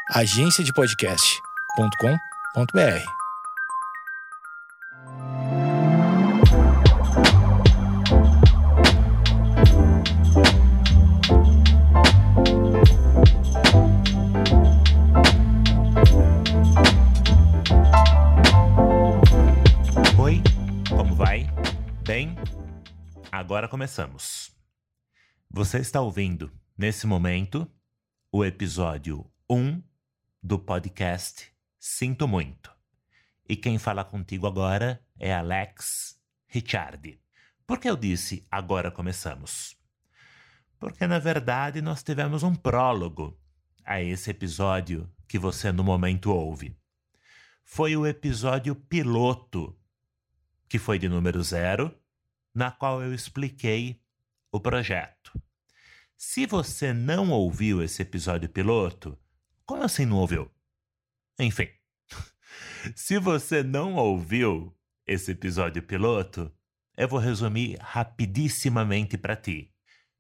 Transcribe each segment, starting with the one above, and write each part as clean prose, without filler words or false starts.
agenciadepodcast.com.br. Oi, como vai? Bem, agora começamos. Você está ouvindo, nesse momento, o episódio 1 do podcast Sinto Muito. E quem fala contigo agora é Alex Ricciardi. Por que eu disse agora começamos? Porque, na verdade, nós tivemos um prólogo a esse episódio que você no momento ouve. Foi o episódio piloto, que foi de número 0, na qual eu expliquei o projeto. Se você não ouviu esse episódio piloto, como assim não ouviu? Enfim, se você não ouviu esse episódio piloto, eu vou resumir rapidissimamente para ti.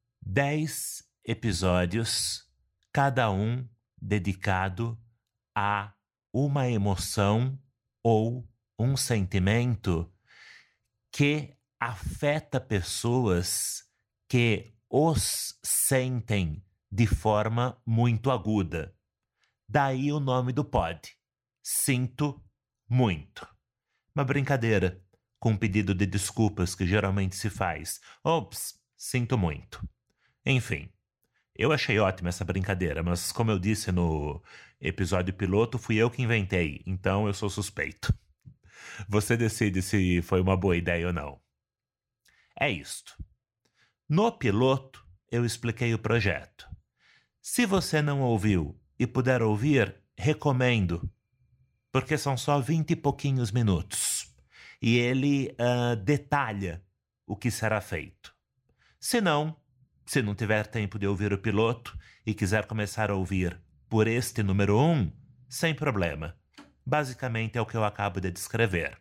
10 episódios, cada um dedicado a uma emoção ou um sentimento que afeta pessoas que os sentem de forma muito aguda. Daí o nome do pod. Sinto muito. Uma brincadeira com um pedido de desculpas que geralmente se faz. Ops, sinto muito. Enfim, eu achei ótima essa brincadeira, mas como eu disse no episódio piloto, fui eu que inventei, então eu sou suspeito. Você decide se foi uma boa ideia ou não. É isto. No piloto, eu expliquei o projeto. Se você não ouviu e puder ouvir, recomendo, porque são só 20 e pouquinhos minutos. E ele detalha o que será feito. Se não tiver tempo de ouvir o piloto e quiser começar a ouvir por este número 1, sem problema. Basicamente é o que eu acabo de descrever.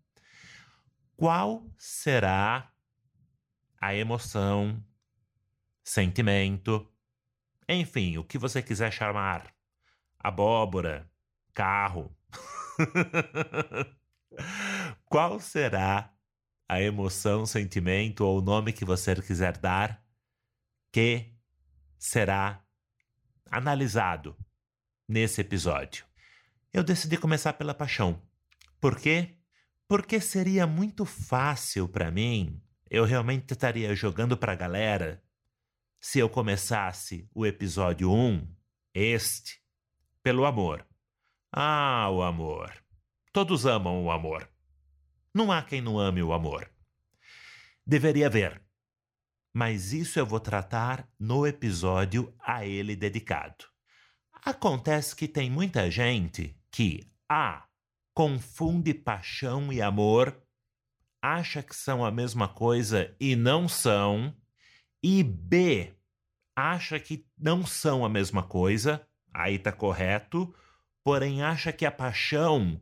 Qual será a emoção, sentimento, enfim, o que você quiser chamar, abóbora, carro. Qual será a emoção, sentimento ou o nome que você quiser dar que será analisado nesse episódio? Eu decidi começar pela paixão. Por quê? Porque seria muito fácil para mim, eu realmente estaria jogando para a galera, se eu começasse o episódio 1, pelo amor. Ah, o amor. Todos amam o amor. Não há quem não ame o amor. Deveria haver. Mas isso eu vou tratar no episódio a ele dedicado. Acontece que tem muita gente que A, confunde paixão e amor, acha que são a mesma coisa e não são, e B, acha que não são a mesma coisa, aí tá correto, porém acha que a paixão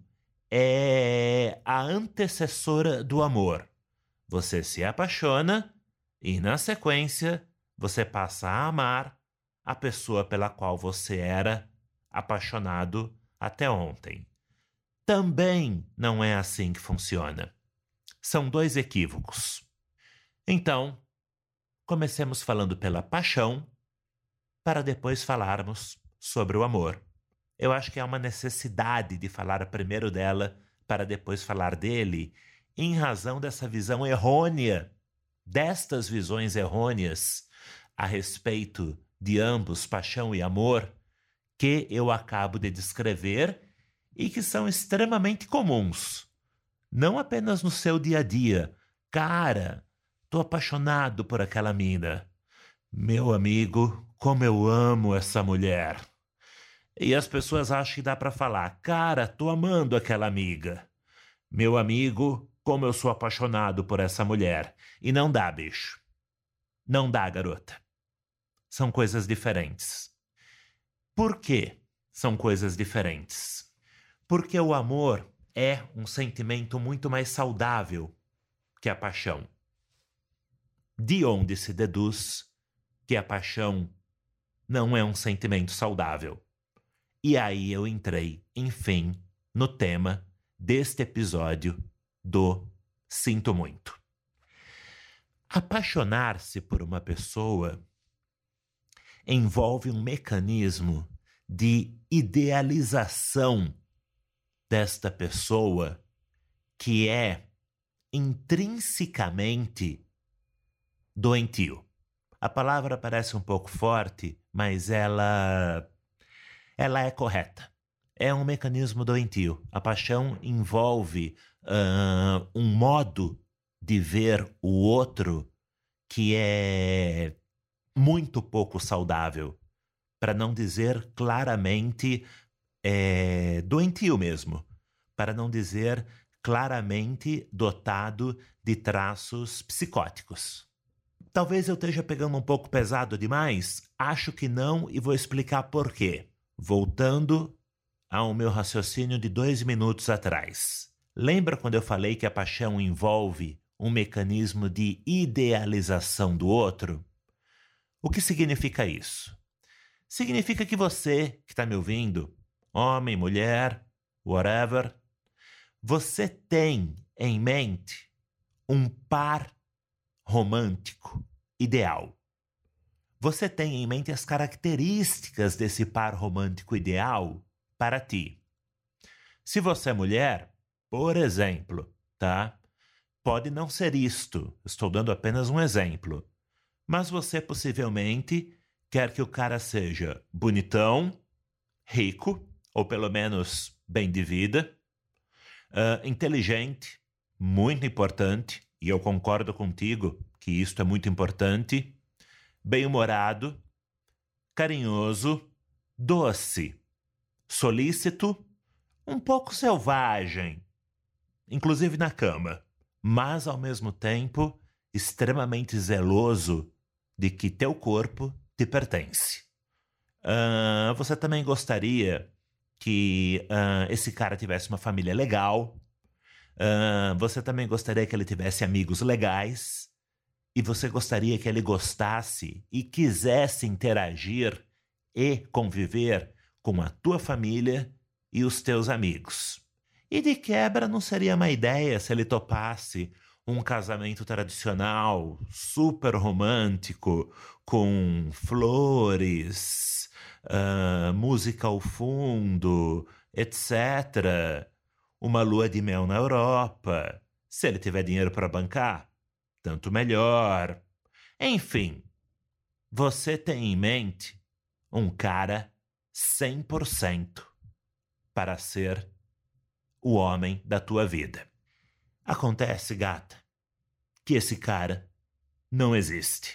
é a antecessora do amor. Você se apaixona e, na sequência, você passa a amar a pessoa pela qual você era apaixonado até ontem. Também não é assim que funciona. São 2 equívocos. Então, comecemos falando pela paixão, para depois falarmos sobre o amor. Eu acho que há uma necessidade de falar primeiro dela, para depois falar dele, em razão dessa visão errônea, destas visões errôneas a respeito de ambos, paixão e amor, que eu acabo de descrever e que são extremamente comuns. Não apenas no seu dia a dia. Cara, tô apaixonado por aquela mina. Meu amigo, como eu amo essa mulher. E as pessoas acham que dá para falar, cara, tô amando aquela amiga. Meu amigo, como eu sou apaixonado por essa mulher. E não dá, bicho. Não dá, garota. São coisas diferentes. Por quê são coisas diferentes? Porque o amor é um sentimento muito mais saudável que a paixão. De onde se deduz que a paixão não é um sentimento saudável? E aí eu entrei, enfim, no tema deste episódio do Sinto Muito. Apaixonar-se por uma pessoa envolve um mecanismo de idealização desta pessoa que é intrinsecamente doentio. A palavra parece um pouco forte, mas ela é correta. É um mecanismo doentio. A paixão envolve um modo de ver o outro que é muito pouco saudável, para não dizer claramente doentio mesmo, para não dizer claramente dotado de traços psicóticos. Talvez eu esteja pegando um pouco pesado demais? Acho que não e vou explicar por quê. Voltando ao meu raciocínio de 2 minutos atrás. Lembra quando eu falei que a paixão envolve um mecanismo de idealização do outro? O que significa isso? Significa que você que está me ouvindo, homem, mulher, whatever, você tem em mente um par romântico ideal. Você tem em mente as características desse par romântico ideal para ti. Se você é mulher, por exemplo, tá? Pode não ser isto, estou dando apenas um exemplo. Mas você possivelmente quer que o cara seja bonitão, rico, ou pelo menos bem de vida, inteligente, muito importante, e eu concordo contigo que isto é muito importante, bem-humorado, carinhoso, doce, solícito, um pouco selvagem, inclusive na cama, mas ao mesmo tempo extremamente zeloso de que teu corpo te pertence. Você também gostaria que esse cara tivesse uma família legal. Você também gostaria que ele tivesse amigos legais. E você gostaria que ele gostasse e quisesse interagir e conviver com a tua família e os teus amigos. E de quebra não seria má ideia se ele topasse um casamento tradicional, super romântico, com flores, música ao fundo, etc. Uma lua de mel na Europa. Se ele tiver dinheiro para bancar, tanto melhor. Enfim, você tem em mente um cara 100% para ser o homem da tua vida. Acontece, gata, que esse cara não existe.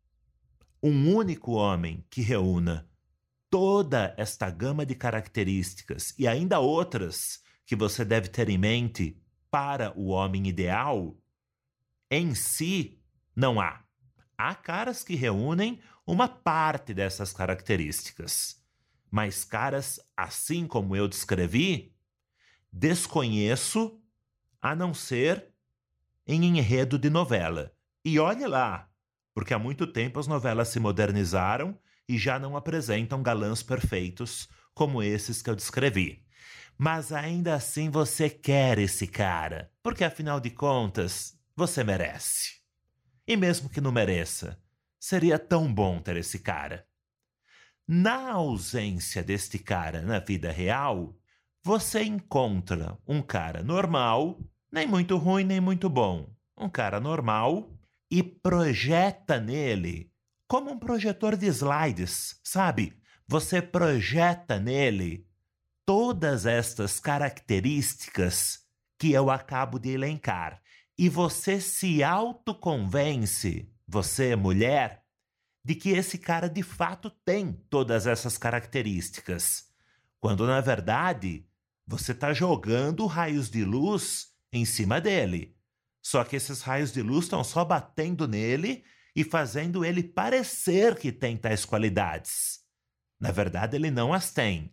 Um único homem que reúna toda esta gama de características e ainda outras que você deve ter em mente para o homem ideal, em si não há. Há caras que reúnem uma parte dessas características, mas caras assim como eu descrevi, desconheço a não ser em enredo de novela. E olhe lá, porque há muito tempo as novelas se modernizaram e já não apresentam galãs perfeitos como esses que eu descrevi. Mas ainda assim você quer esse cara, porque afinal de contas, você merece. E mesmo que não mereça, seria tão bom ter esse cara. Na ausência deste cara na vida real, você encontra um cara normal, nem muito ruim, nem muito bom. Um cara normal e projeta nele como um projetor de slides, sabe? Você projeta nele todas estas características que eu acabo de elencar. E você se autoconvence, você, mulher, de que esse cara de fato tem todas essas características. Quando, na verdade, você está jogando raios de luz em cima dele. Só que esses raios de luz estão só batendo nele e fazendo ele parecer que tem tais qualidades. Na verdade, ele não as tem.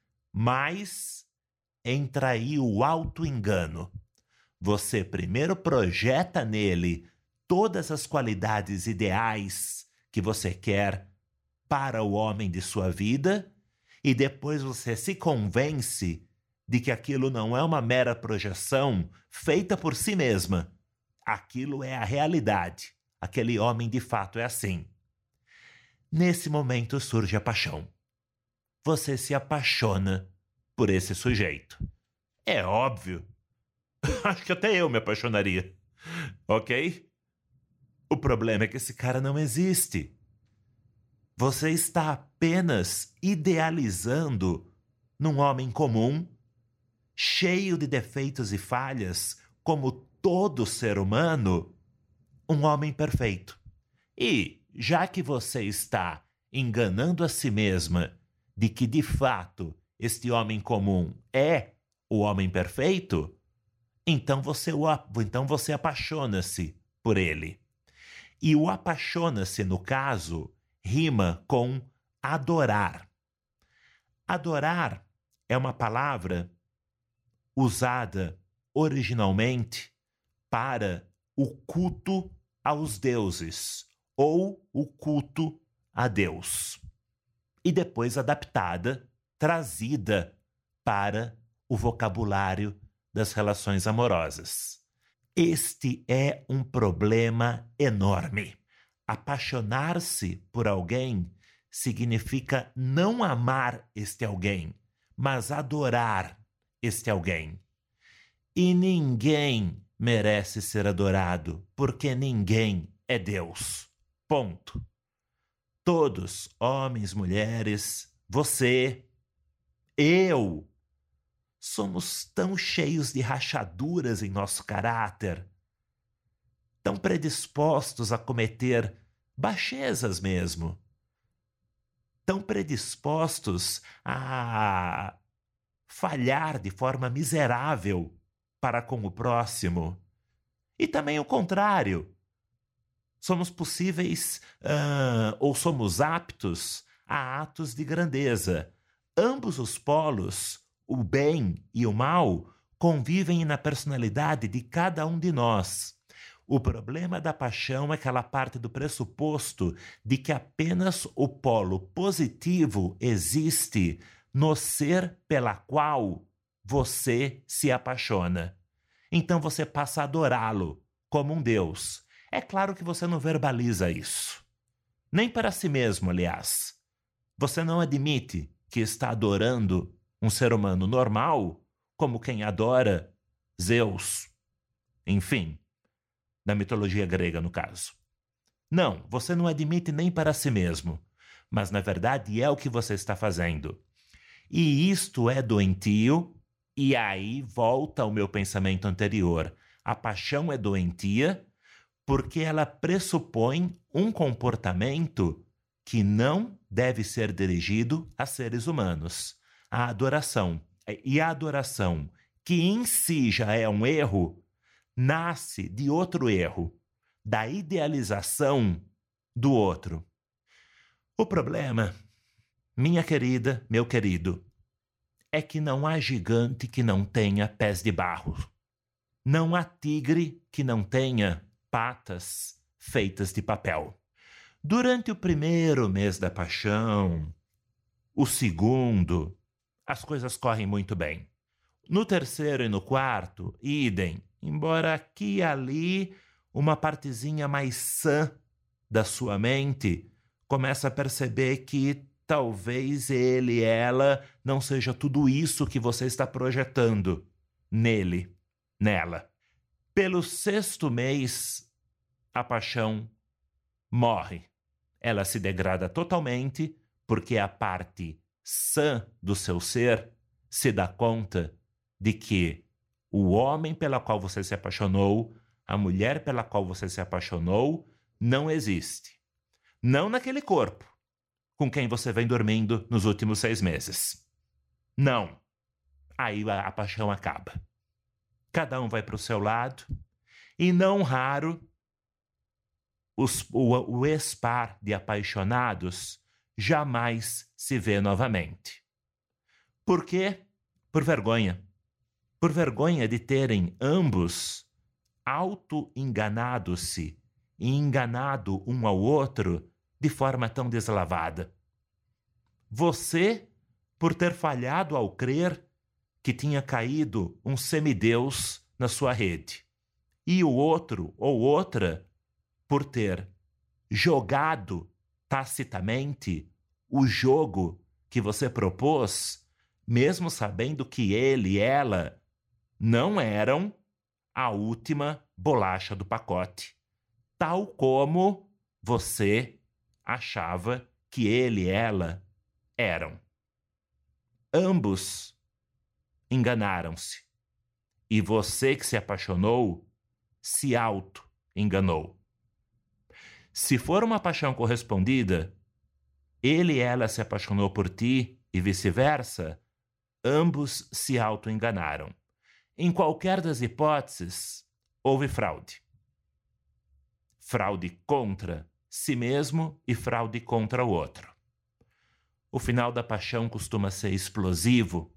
Mas entra aí o auto-engano. Você primeiro projeta nele todas as qualidades ideais que você quer para o homem de sua vida e depois você se convence de que aquilo não é uma mera projeção feita por si mesma. Aquilo é a realidade. Aquele homem de fato é assim. Nesse momento surge a paixão. Você se apaixona por esse sujeito. É óbvio. Acho que até eu me apaixonaria. Ok? O problema é que esse cara não existe. Você está apenas idealizando num homem comum, cheio de defeitos e falhas, como todo ser humano, um homem perfeito. E, já que você está enganando a si mesma de que, de fato, este homem comum é o homem perfeito, então você apaixona-se por ele. E o apaixona-se, no caso, rima com adorar. Adorar é uma palavra usada originalmente para o culto aos deuses ou o culto a Deus. E depois adaptada, trazida para o vocabulário das relações amorosas. Este é um problema enorme. Apaixonar-se por alguém significa não amar este alguém, mas adorar este alguém. E ninguém merece ser adorado, porque ninguém é Deus. Ponto. Todos, homens, mulheres, você, eu, somos tão cheios de rachaduras em nosso caráter, tão predispostos a cometer baixezas mesmo, tão predispostos a falhar de forma miserável para com o próximo. E também o contrário. Somos possíveis ou somos aptos a atos de grandeza. Ambos os polos, o bem e o mal, convivem na personalidade de cada um de nós. O problema da paixão é que ela parte do pressuposto de que apenas o polo positivo existe no ser pela qual você se apaixona. Então você passa a adorá-lo como um Deus. É claro que você não verbaliza isso. Nem para si mesmo, aliás. Você não admite que está adorando um ser humano normal como quem adora Zeus. Enfim, da mitologia grega, no caso. Não, você não admite nem para si mesmo. Mas, na verdade, é o que você está fazendo. E isto é doentio, e aí volta ao meu pensamento anterior. A paixão é doentia porque ela pressupõe um comportamento que não deve ser dirigido a seres humanos. A adoração. E a adoração, que em si já é um erro, nasce de outro erro, da idealização do outro. O problema, minha querida, meu querido, é que não há gigante que não tenha pés de barro. Não há tigre que não tenha patas feitas de papel. Durante o primeiro mês da paixão, o segundo, as coisas correm muito bem. No terceiro e no quarto, idem, embora aqui e ali uma partezinha mais sã da sua mente começa a perceber que talvez ele, ela, não seja tudo isso que você está projetando nele, nela. Pelo sexto mês, a paixão morre. Ela se degrada totalmente porque a parte sã do seu ser se dá conta de que o homem pela qual você se apaixonou, a mulher pela qual você se apaixonou, não existe. Não naquele corpo com quem você vem dormindo nos últimos 6 meses. Não. Aí a paixão acaba. Cada um vai para o seu lado e não raro o ex-par de apaixonados jamais se vê novamente. Por quê? Por vergonha. Por vergonha de terem ambos auto-enganado-se e enganado um ao outro de forma tão deslavada. Você por ter falhado ao crer que tinha caído um semideus na sua rede. E o outro ou outra por ter jogado tacitamente o jogo que você propôs, mesmo sabendo que ele e ela não eram a última bolacha do pacote, tal como você achava que ele e ela eram. Ambos enganaram-se. E você que se apaixonou, se auto-enganou. Se for uma paixão correspondida, ele e ela se apaixonou por ti e vice-versa, ambos se auto-enganaram. Em qualquer das hipóteses, houve fraude. Fraude contra si mesmo e fraude contra o outro. O final da paixão costuma ser explosivo,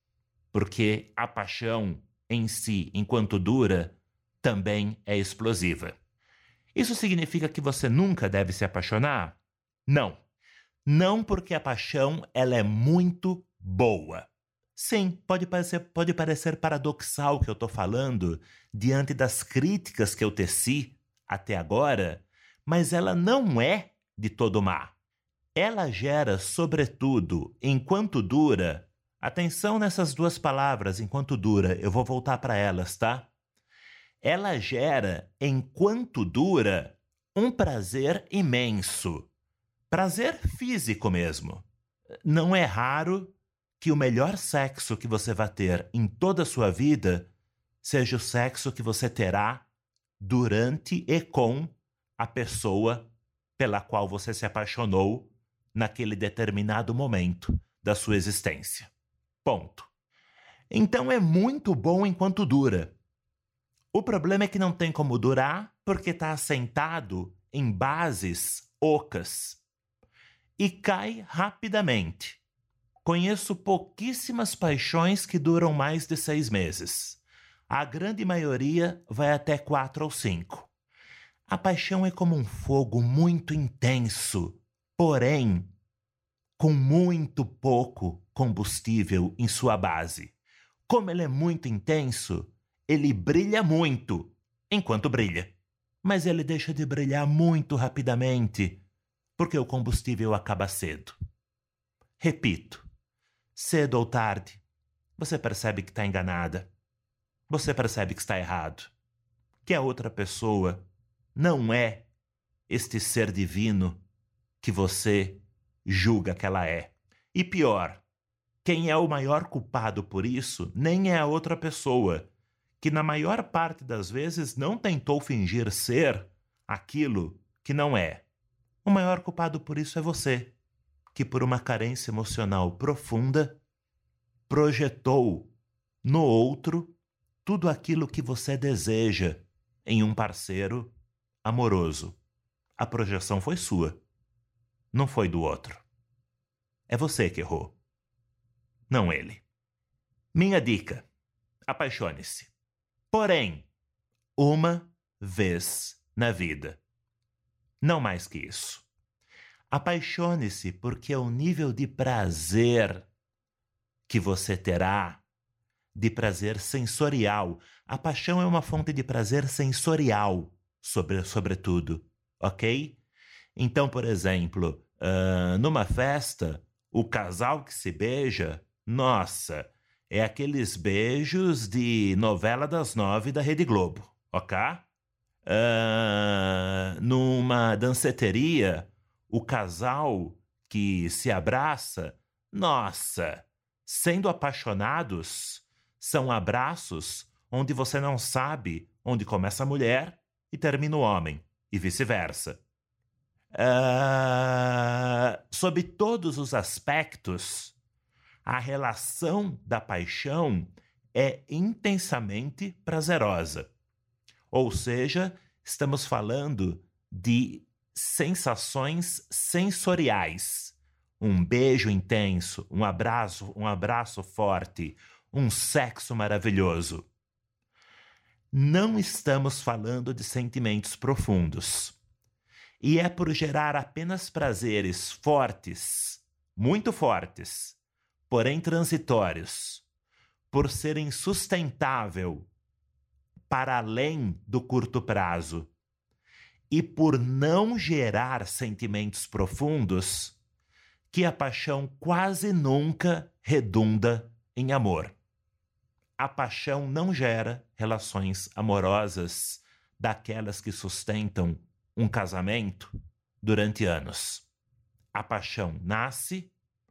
porque a paixão em si, enquanto dura, também é explosiva. Isso significa que você nunca deve se apaixonar? Não. Não, porque a paixão ela é muito boa. Sim, pode parecer paradoxal o que eu estou falando diante das críticas que eu teci até agora, mas ela não é de todo má. Ela gera, sobretudo, enquanto dura, atenção nessas duas palavras, enquanto dura, eu vou voltar para elas, tá? Ela gera, enquanto dura, um prazer imenso. Prazer físico mesmo. Não é raro que o melhor sexo que você vai ter em toda a sua vida seja o sexo que você terá durante e com a pessoa pela qual você se apaixonou naquele determinado momento da sua existência. Ponto. Então é muito bom enquanto dura. O problema é que não tem como durar porque está assentado em bases ocas e cai rapidamente. Conheço pouquíssimas paixões que duram mais de 6 meses. A grande maioria vai até 4 ou 5. A paixão é como um fogo muito intenso, porém com muito pouco combustível em sua base. Como ele é muito intenso, ele brilha muito enquanto brilha. Mas ele deixa de brilhar muito rapidamente, porque o combustível acaba cedo. Repito, cedo ou tarde, você percebe que está enganada. Você percebe que está errado. Que a outra pessoa não é este ser divino que você julga que ela é. E pior, quem é o maior culpado por isso nem é a outra pessoa, que na maior parte das vezes não tentou fingir ser aquilo que não é. O maior culpado por isso é você, que por uma carência emocional profunda, projetou no outro tudo aquilo que você deseja em um parceiro amoroso. A projeção foi sua, não foi do outro. É você que errou, não ele. Minha dica: apaixone-se. Porém, uma vez na vida. Não mais que isso. Apaixone-se porque é o nível de prazer que você terá, de prazer sensorial. A paixão é uma fonte de prazer sensorial, sobretudo, ok? Então, por exemplo, numa festa, o casal que se beija, nossa, é aqueles beijos de novela das 9 da Rede Globo, ok? Numa danceteria, o casal que se abraça, nossa, sendo apaixonados, são abraços onde você não sabe onde começa a mulher e termina o homem, e vice-versa. Sob todos os aspectos, a relação da paixão é intensamente prazerosa. Ou seja, estamos falando de sensações sensoriais. Um beijo intenso, um abraço forte, um sexo maravilhoso. Não estamos falando de sentimentos profundos. E é por gerar apenas prazeres fortes, muito fortes, porém transitórios, por serem sustentável para além do curto prazo e por não gerar sentimentos profundos, que a paixão quase nunca redunda em amor. A paixão não gera relações amorosas daquelas que sustentam um casamento durante anos. A paixão nasce,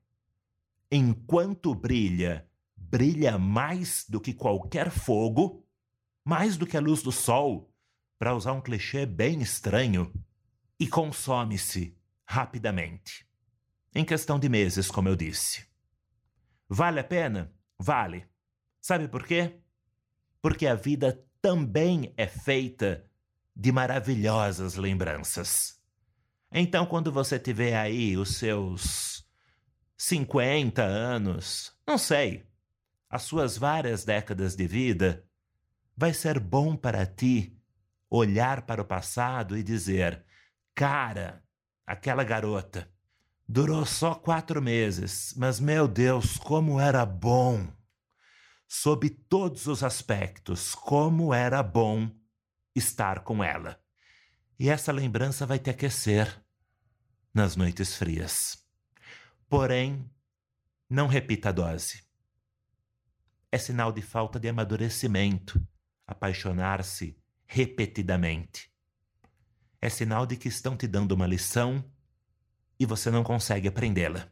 enquanto brilha, brilha mais do que qualquer fogo, mais do que a luz do sol, para usar um clichê bem estranho, e consome-se rapidamente. Em questão de meses, como eu disse. Vale a pena? Vale. Sabe por quê? Porque a vida também é feita de maravilhosas lembranças. Então, quando você tiver aí os seus 50 anos, não sei, as suas várias décadas de vida, vai ser bom para ti olhar para o passado e dizer: cara, aquela garota durou só 4 meses, mas, meu Deus, como era bom! Sob todos os aspectos, como era bom estar com ela. E essa lembrança vai te aquecer nas noites frias. Porém, não repita a dose. É sinal de falta de amadurecimento apaixonar-se repetidamente. É sinal de que estão te dando uma lição e você não consegue aprendê-la.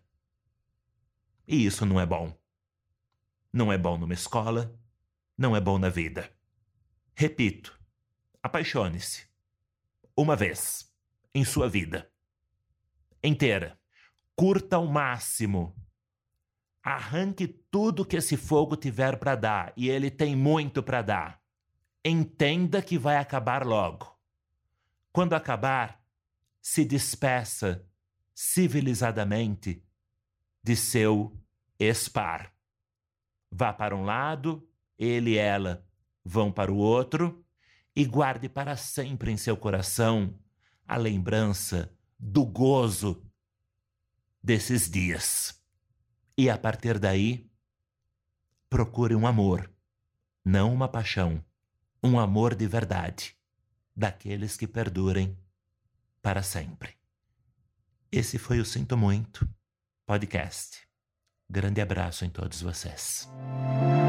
E isso não é bom. Não é bom numa escola, não é bom na vida. Repito, apaixone-se. Uma vez em sua vida. Inteira. Curta ao máximo. Arranque tudo que esse fogo tiver para dar, e ele tem muito para dar. Entenda que vai acabar logo. Quando acabar, se despeça civilizadamente de seu ex-par. Vá para um lado, ele e ela vão para o outro, e guarde para sempre em seu coração a lembrança do gozo desses dias. E a partir daí, procure um amor, não uma paixão, um amor de verdade, daqueles que perdurem para sempre. Esse foi o Sinto Muito podcast. Grande abraço em todos vocês.